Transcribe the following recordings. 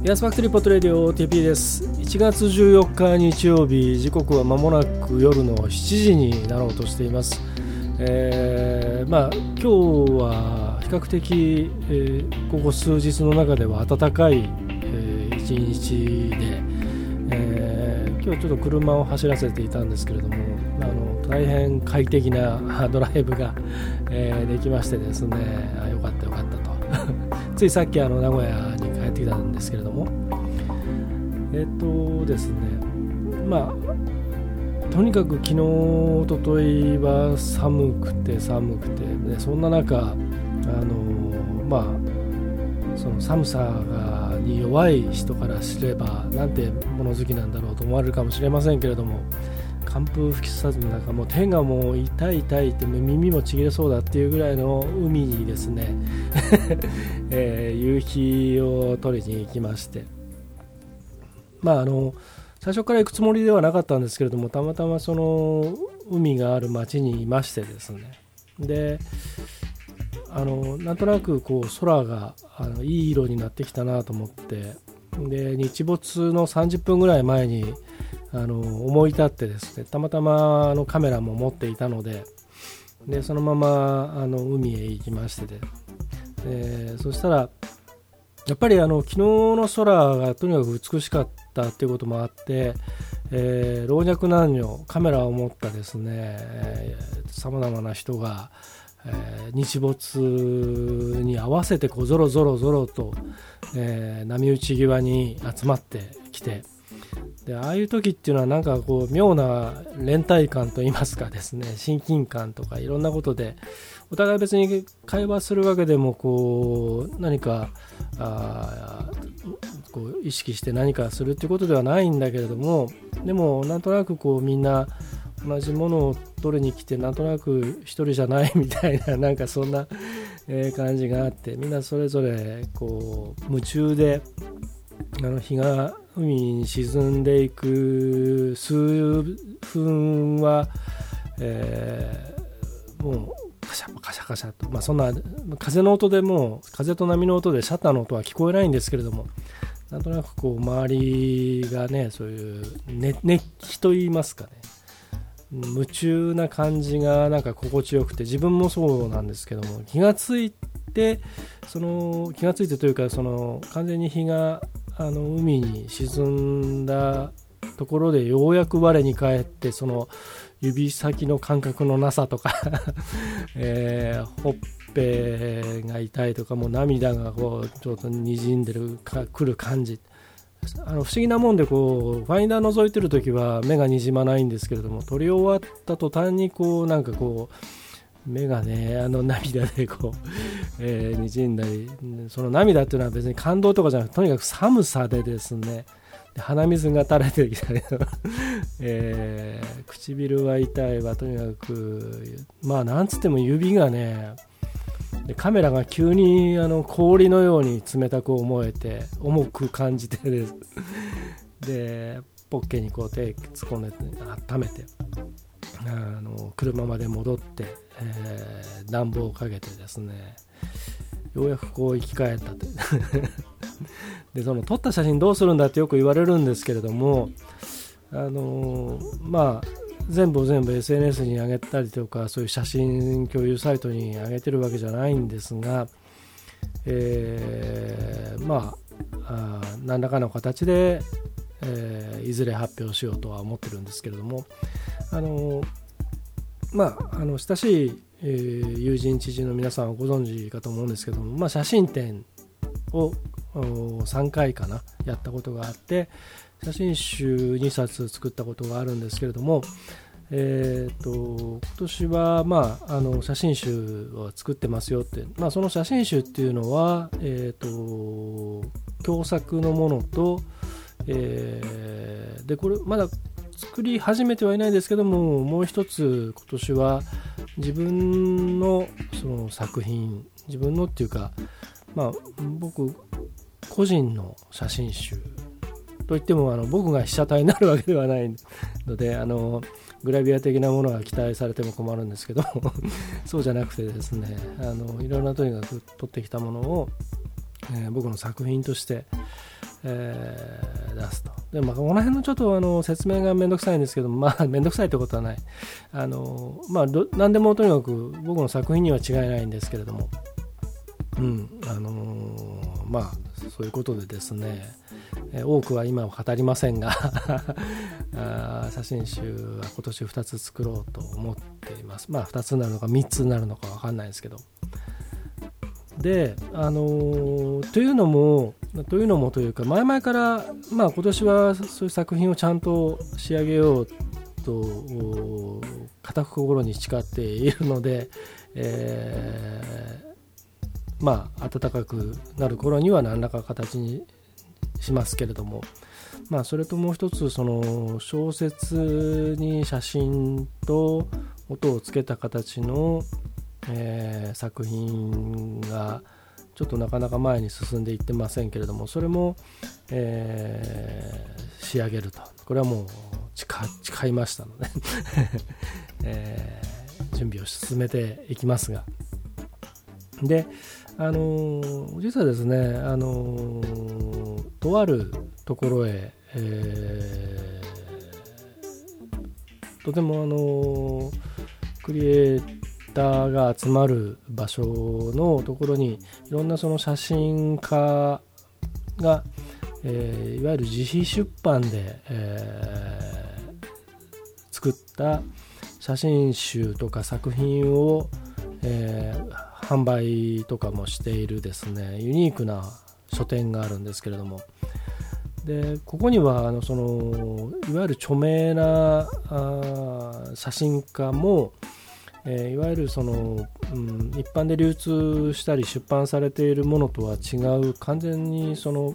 ヤスファクトリーポットレディオ TP です。1月14日日曜日、時刻は間もなく夜の7時になろうとしています。今日は比較的、ここ数日の中では暖かい、一日で、今日ちょっと車を走らせていたんですけれども、大変快適なドライブが、できましてですね、よかったとついさっき名古屋に帰ってきたんですけれども、ですね、とにかく昨日おとといは寒くて、ね、そんな中その寒さに弱い人からすればなんて物好きなんだろうと思われるかもしれませんけれども、寒風吹きさずの中、もう手がもう痛いって耳もちぎれそうだっていうぐらいの海にですね、夕日を取りに行きまして、最初から行くつもりではなかったんですけれども、たまたまその海がある町にいましてですね、でなんとなくこう空がいい色になってきたなと思って、で日没の30分ぐらい前に思い立ってですね、たまたまカメラも持っていたので、そのまま海へ行きましてで、そしたらやっぱり昨日の空がとにかく美しかったっていうこともあって、老若男女カメラを持ったですね、さまざまな人が、日没に合わせてこうゾロゾロと、波打ち際に集まってきて、でああいう時っていうのはなんかこう妙な連帯感といいますかですね、親近感とかいろんなことで、お互い別に会話するわけでもこう何かこう意識して何かするっていうことではないんだけれども、でもなんとなくこうみんな同じものを取りに来て、なんとなく一人じゃないみたいな、なんかそんな感じがあって、みんなそれぞれこう夢中で日が海に沈んでいく数分は、もうカシャと、そんな風の音でも風と波の音でシャッターの音は聞こえないんですけれども、なんとなくこう周りがね、そういう熱気といいますかね、夢中な感じがなんか心地よくて、自分もそうなんですけども、気がついてというか、その完全に日が海に沈んだところでようやく我に返って、その指先の感覚のなさとか、ほっぺが痛いとか、もう涙がこうちょっとにじんでくる感じ、不思議なもんで、こうファインダー覗いてるときは目がにじまないんですけれども、撮り終わった途端にこうなんかこう目がね、涙でこう、にじんだり、その涙っていうのは別に感動とかじゃなくて、とにかく寒さでですね、鼻水が垂れてきたり唇は痛いわ、とにかくなんつっても指がね、でカメラが急に氷のように冷たく思重く感じてですでポッケにこう手突っ込んで温めて、車まで戻って、暖房をかけてですね、ようやくこう生き返ったとでその撮った写真どうするんだってよく言われるんですけれども、全部 SNS に上げたりとか、そういう写真共有サイトに上げてるわけじゃないんですが、何らかの形で、いずれ発表しようとは思ってるんですけれども、親しい、友人知人の皆さんはご存知かと思うんですけども、写真展を3回かなやったことがあって、写真集2冊作ったことがあるんですけれども、今年は、写真集を作ってますよって、その写真集っていうのは、共作のものと、でこれまだ作り始めてはいないんですけども、もう一つ今年は自分のその作品、自分のっていうか、僕個人の写真集といっても僕が被写体になるわけではないので、グラビア的なものが期待されても困るんですけどそうじゃなくてですね、いろんなとにかく撮ってきたものを、僕の作品として、 出すと。で、この辺のちょっと説明がめんどくさいんですけども、めんどくさいってことはない。何でもとにかく僕の作品には違いないんですけれども、そういうことでですね、多くは今は語りませんが写真集は今年2つ作ろうと思っています。2つになるのか3つになるのか分かんないですけど、でというのもというか、前々から、今年はそういう作品をちゃんと仕上げようと固く心に誓っているので、暖かくなる頃には何らか形にしますけれども、それともう一つ、その小説に写真と音をつけた形の、作品がちょっとなかなか前に進んでいってませんけれども、それも、仕上げると。これはもう誓いましたので、準備を進めていきますが、で実はですね、とあるところへ、とてもクリエイターが集まる場所のところに、いろんなその写真家が、いわゆる自費出版で、作った写真集とか作品を、販売とかもしているですね、ユニークな書店があるんですけれども、でここにはいわゆる著名な写真家も、いわゆる一般で流通したり出版されているものとは違う、完全に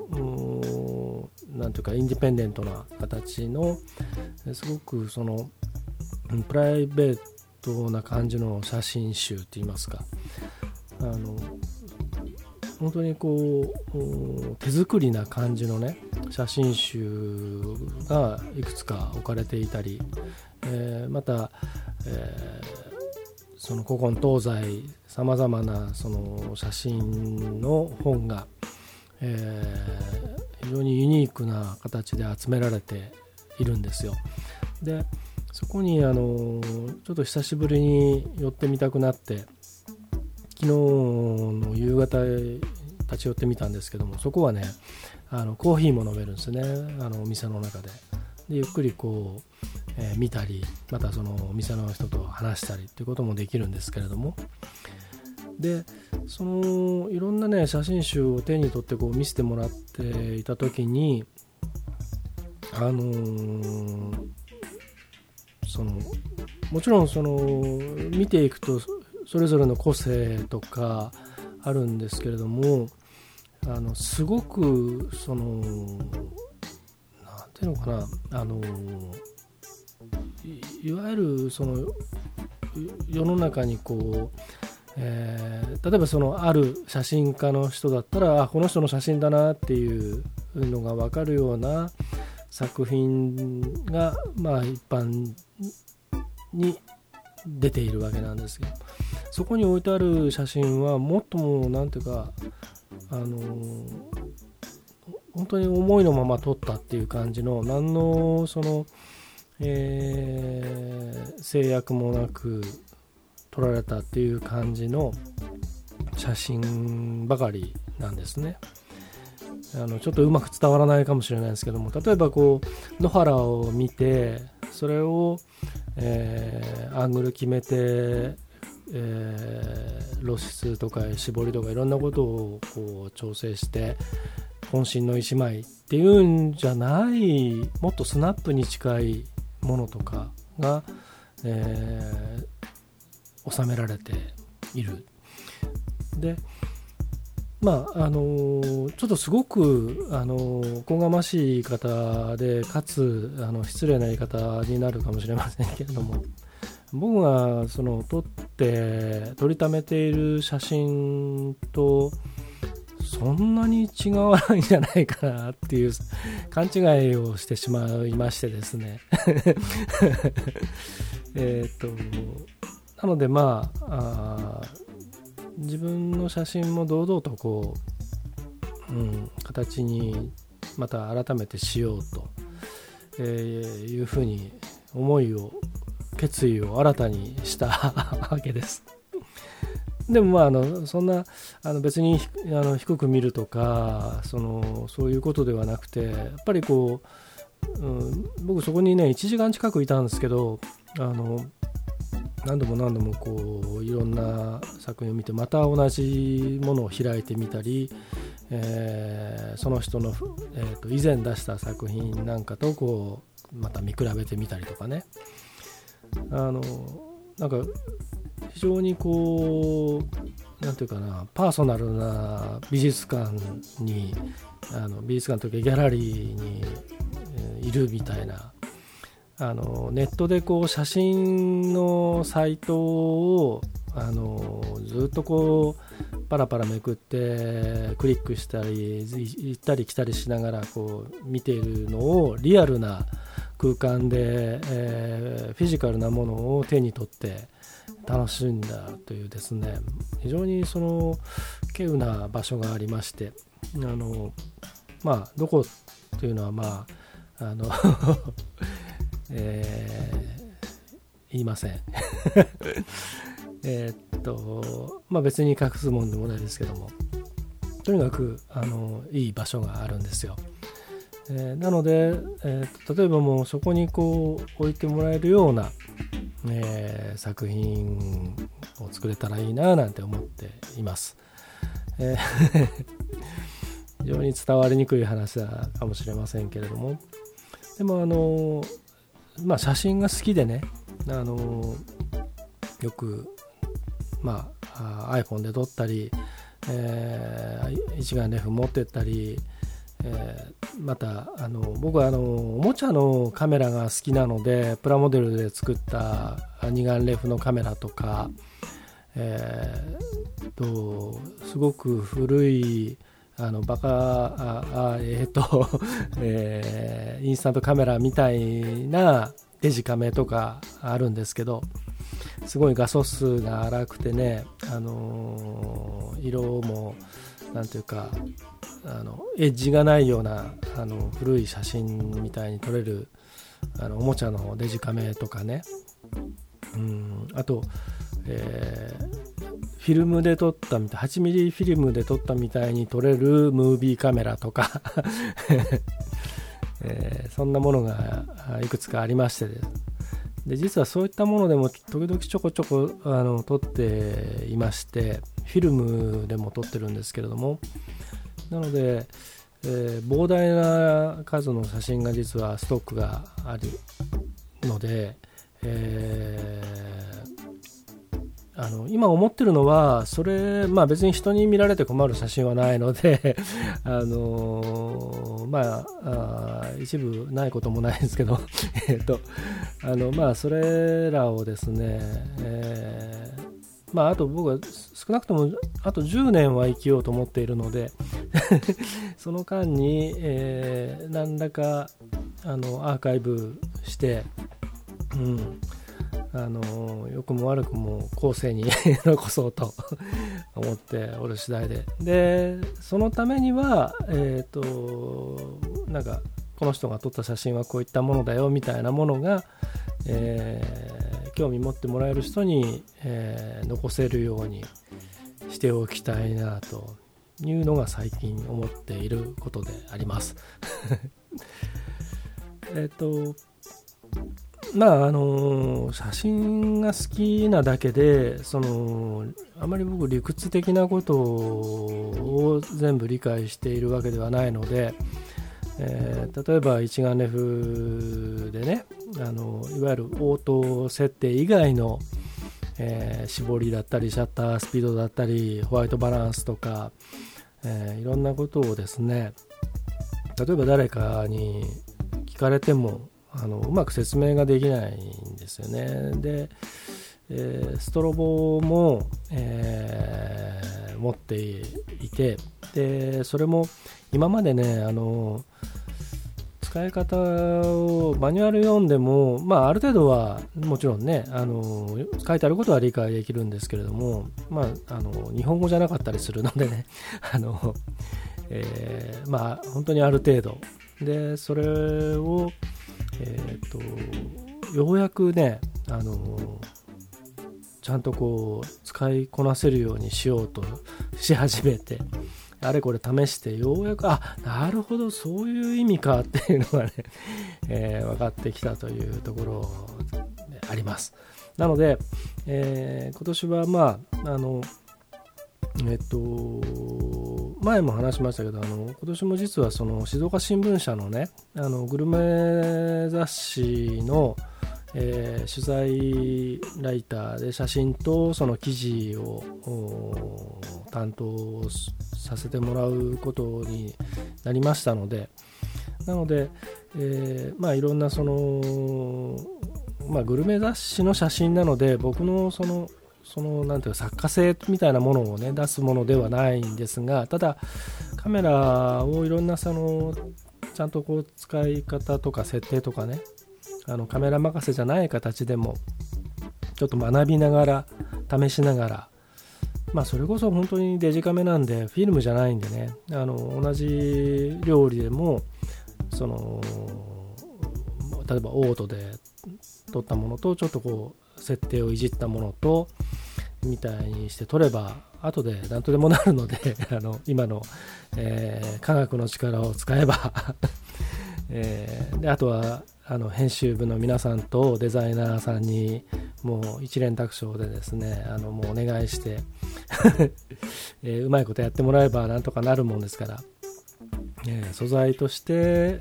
なんていうかインディペンデントな形の、すごくプライベートな感じの写真集っていいますか、本当に手作りな感じのね写真集がいくつか置かれていたり、また、その古今東西さまざまなその写真の本が、非常にユニークな形で集められているんですよ。でそこにちょっと久しぶりに寄ってみたくなって、昨日の夕方立ち寄ってみたんですけども、そこはねコーヒーも飲めるんですね、お店の中で。ゆっくり見たり、またそのお店の人と話したりっていうこともできるんですけれども、でいろんなね写真集を手に取って見せてもらっていた時に、もちろん見ていくとそれぞれの個性とかあるんですけれども、すごくなんていうのかな、いわゆる世の中に例えばある写真家の人だったら、この人の写真だなっていうのが分かるような作品が一般に出ているわけなんですけど、そこに置いてある写真はもっともなんていうか本当に思いのまま撮ったっていう感じの、何の制約もなく撮られたっていう感じの写真ばかりなんですね。ちょっとうまく伝わらないかもしれないですけども、例えば野原を見て、それを、アングル決めて、露出とか絞りとかいろんなことを調整して渾身の一枚っていうんじゃない、もっとスナップに近いものとかが、収められている。でちょっとすごくおこがましい言い方で、かつ失礼な言い方になるかもしれませんけれども、僕が撮りためている写真とそんなに違わないんじゃないかなっていう勘違いをしてしまいましてですねなので自分の写真も堂々と形にまた改めてしようと、いうふうに決意を新たにしたわけです。でもそんな別に低く見るとかそういうことではなくて、やっぱり僕そこにね1時間近くいたんですけど、何度もいろんな作品を見て、また同じものを開いてみたり、その人の、以前出した作品なんかとまた見比べてみたりとかね、なんか非常になんていうかな、パーソナルな美術館というかギャラリーにいるみたいな、ネットで写真のサイトをずっとパラパラめくってクリックしたり行ったり来たりしながら見ているのをリアルな空間で、フィジカルなものを手に取って楽しんだというですね、非常に稀有な場所がありまして、どこというのは言いません別に隠すもんでもないですけども、とにかくいい場所があるんですよ。なので、例えばもうそこに置いてもらえるような、作品を作れたらいいななんて思っています。非常に伝わりにくい話だかもしれませんけれども、でも写真が好きでね、よくiPhone で撮ったり、一眼レフ持ってったり、また僕はおもちゃのカメラが好きなので、プラモデルで作った二眼レフのカメラとか、すごく古いインスタントカメラみたいなデジカメとかあるんですけど、すごい画素数が荒くてね、色もなんていうかエッジがないような古い写真みたいに撮れるおもちゃのデジカメとかね、あと、フィルムで撮ったみたい、8ミリフィルムで撮ったみたいに撮れるムービーカメラとか、そんなものがいくつかありまして、で実はそういったものでも時々ちょこちょこ撮っていまして、フィルムでも撮ってるんですけれども、なので、膨大な数の写真が実はストックがあるので、今思ってるのはそれ、別に人に見られて困る写真はないので一部ないこともないですけどそれらをですね、あと僕は少なくともあと10年は生きようと思っているのでその間に、何らかアーカイブして、良くも悪くも後世に残そうと思っておる次第で、そのためにはなんかこの人が撮った写真はこういったものだよみたいなものが、興味持ってもらえる人に、残せるようにしておきたいなというのが最近思っていることであります写真が好きなだけであまり僕理屈的なことを全部理解しているわけではないので、例えば一眼レフでね、いわゆるオート設定以外の、絞りだったりシャッタースピードだったりホワイトバランスとか、いろんなことをですね、例えば誰かに聞かれてもうまく説明ができないんですよね。で、ストロボも、持っていて、でそれも今までね使い方をマニュアル読んでも、ある程度はもちろんね書いてあることは理解できるんですけれども、日本語じゃなかったりするのでね本当にある程度で、それを、ようやくね、ちゃんとこう使いこなせるようにしようとし始めて、あれこれ試してようやくなるほどそういう意味かっていうのがね、分かってきたというところあります。なので、今年は前も話しましたけど、今年も実はその静岡新聞社のね、グルメ雑誌の、取材ライターで写真とその記事を担当させてもらうことになりましたので、いろんなその、グルメ雑誌の写真なので、僕のそのなんていうか作家性みたいなものをね出すものではないんですが、ただカメラをいろんなちゃんとこう使い方とか設定とかね、カメラ任せじゃない形でもちょっと学びながら試しながら、それこそ本当にデジカメなんでフィルムじゃないんでね、同じ料理でも例えばオートで撮ったものとちょっとこう設定をいじったものとみたいにして撮れば後で何とでもなるので今の、科学の力を使えばであとは編集部の皆さんとデザイナーさんにもう一連卓上でですねもうお願いしてうまいことやってもらえばなんとかなるもんですから、素材として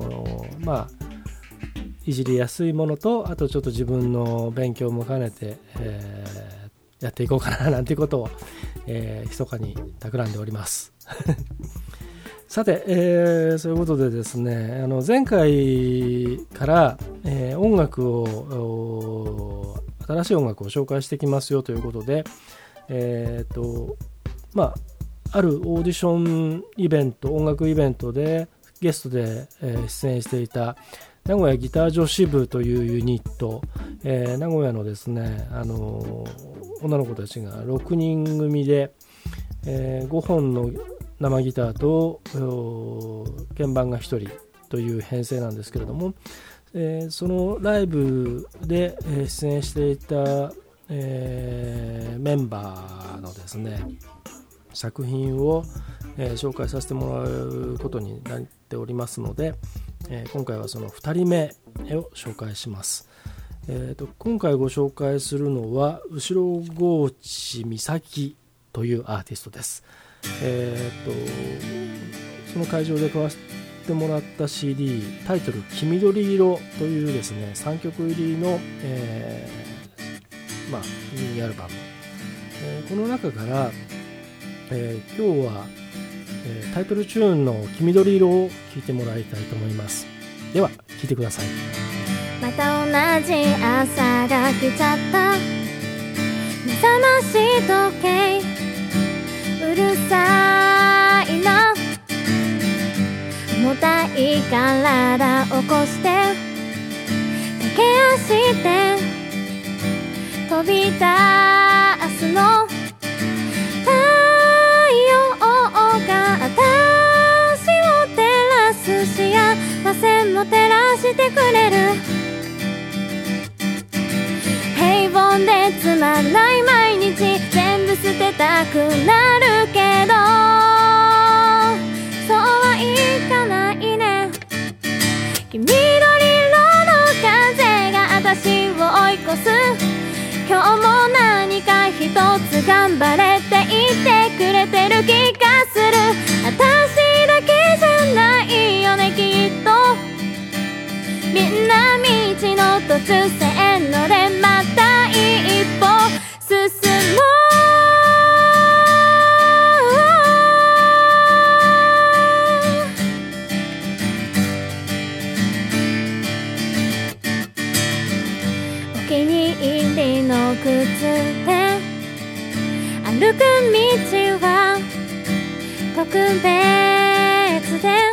いじりやすいものと、あとちょっと自分の勉強も兼ねて、やっていこうかななんていうことを、密かに企んでおりますさて、そういうことでですね、前回から、新しい音楽を紹介してきますよということで、あるオーディションイベント、音楽イベントでゲストで、出演していた名古屋ギター女子部というユニット、名古屋のですね、女の子たちが6人組で、5本の生ギターと鍵盤が1人という編成なんですけれども、そのライブで出演していた、メンバーのですね作品を、紹介させてもらうことになっておりますので、今回はその2人目を紹介します。今回ご紹介するのは後ろ河内美咲というアーティストです。その会場で買わせてもらった CD、 タイトル黄緑色というですね3曲入りの、ミニアルバム、この中から、今日は、タイトルチューンの黄緑色を聴いてもらいたいと思います。では聴いてください。 また同じ朝が来ちゃった、目覚まし時計うるさいな、重たい体起こして駆け足で飛び出すの、太陽が私を照らす、幸せも照らしてくれる、平凡でつまんない毎日全部捨てたくなるけど、そうはいかないね。黄緑色の風が私を追い越す、今日も何か一つ頑張れって言ってくれてる気がする。私だけじゃないよねきっと、みんな道の途中線路でまた一歩進もう。お気に入りの靴で歩く道は特別で、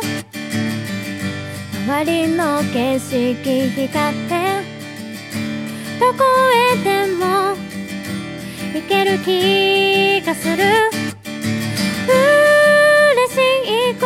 周りの景色光ってどこへでも行ける気がする。嬉しい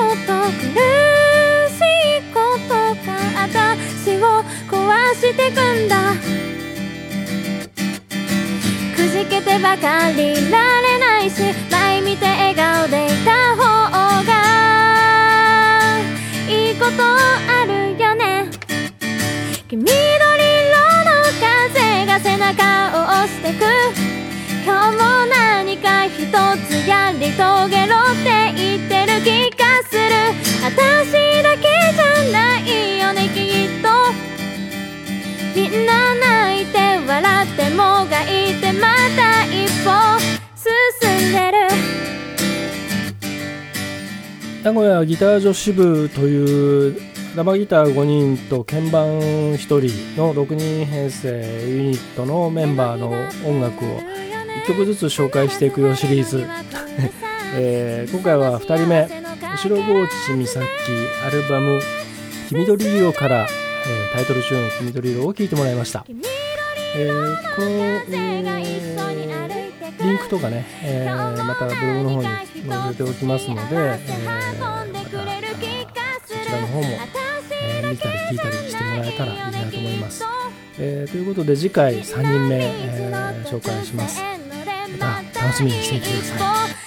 名古屋ギター女子部という生ギター5人と鍵盤1人の6人編成ユニットのメンバーの音楽を1曲ずつ紹介していくよシリーズ、今回は2人目後ろ河内美咲アルバム黄緑色から、タイトルチューン黄緑色を聴いてもらいました。この、リンクとかね、またブログの方に載せておきますので、またそちらの方も、見たり聞いたりしてもらえたらいいなと思います。ということで次回3人目、紹介します。また楽しみにしていてください。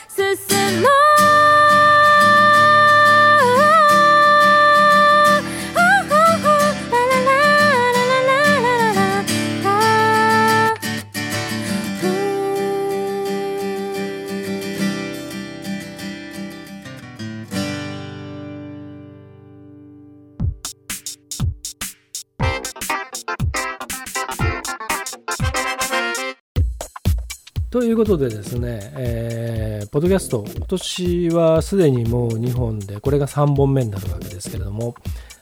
ということでですね、ポッドキャスト今年はすでにもう2本でこれが3本目になるわけですけれども、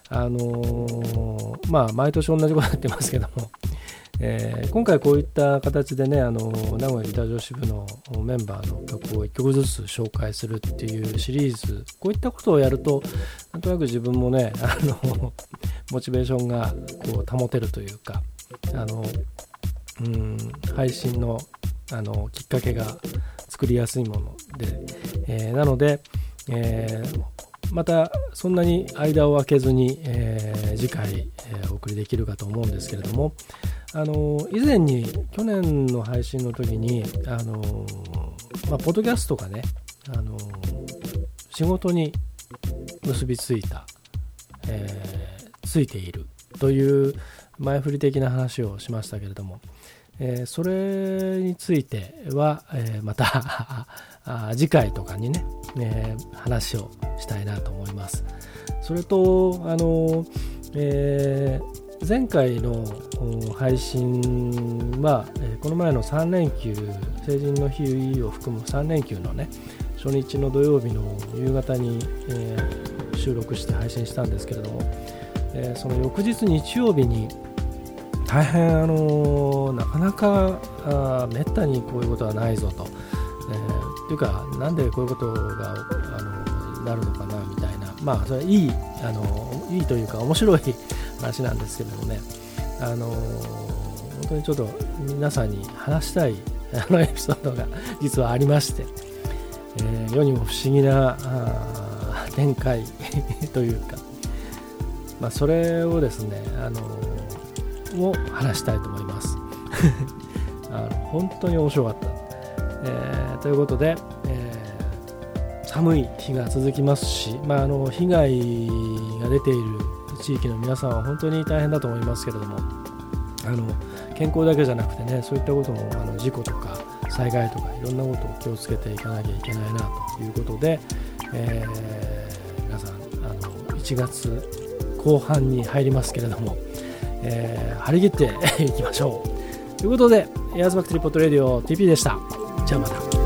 毎年同じことやってますけども、今回こういった形でね、名古屋ギター女子部のメンバーの曲を1曲ずつ紹介するっていうシリーズ、こういったことをやるとなんとなく自分もねモチベーションがこう保てるというか、配信のきっかけが作りやすいもので、なので、またそんなに間を空けずに、次回、お送りできるかと思うんですけれども、以前に去年の配信の時にポッドキャストがね、仕事に結びついた、ついているという前振り的な話をしましたけれども、それについては、また次回とかにね、話をしたいなと思います。それと前回の配信は、この前の3連休成人の日を含む3連休のね初日の土曜日の夕方に、収録して配信したんですけれども、その翌日日曜日に大変なかなかめったにこういうことはないぞと、っていうかなんでこういうことがなるのかなみたいな、それはいいというか面白い話なんですけどもね、本当にちょっと皆さんに話したいエピソードが実はありまして、世にも不思議な展開というか、それをですねを話したいと思います本当に面白かった、ということで、寒い日が続きますし、被害が出ている地域の皆さんは本当に大変だと思いますけれども、健康だけじゃなくてね、そういったことも事故とか災害とかいろんなことを気をつけていかなきゃいけないなということで、皆さん1月後半に入りますけれども、張り切っていきましょうということで、エアーズバックトリポットレディオ TP でした。じゃあまた。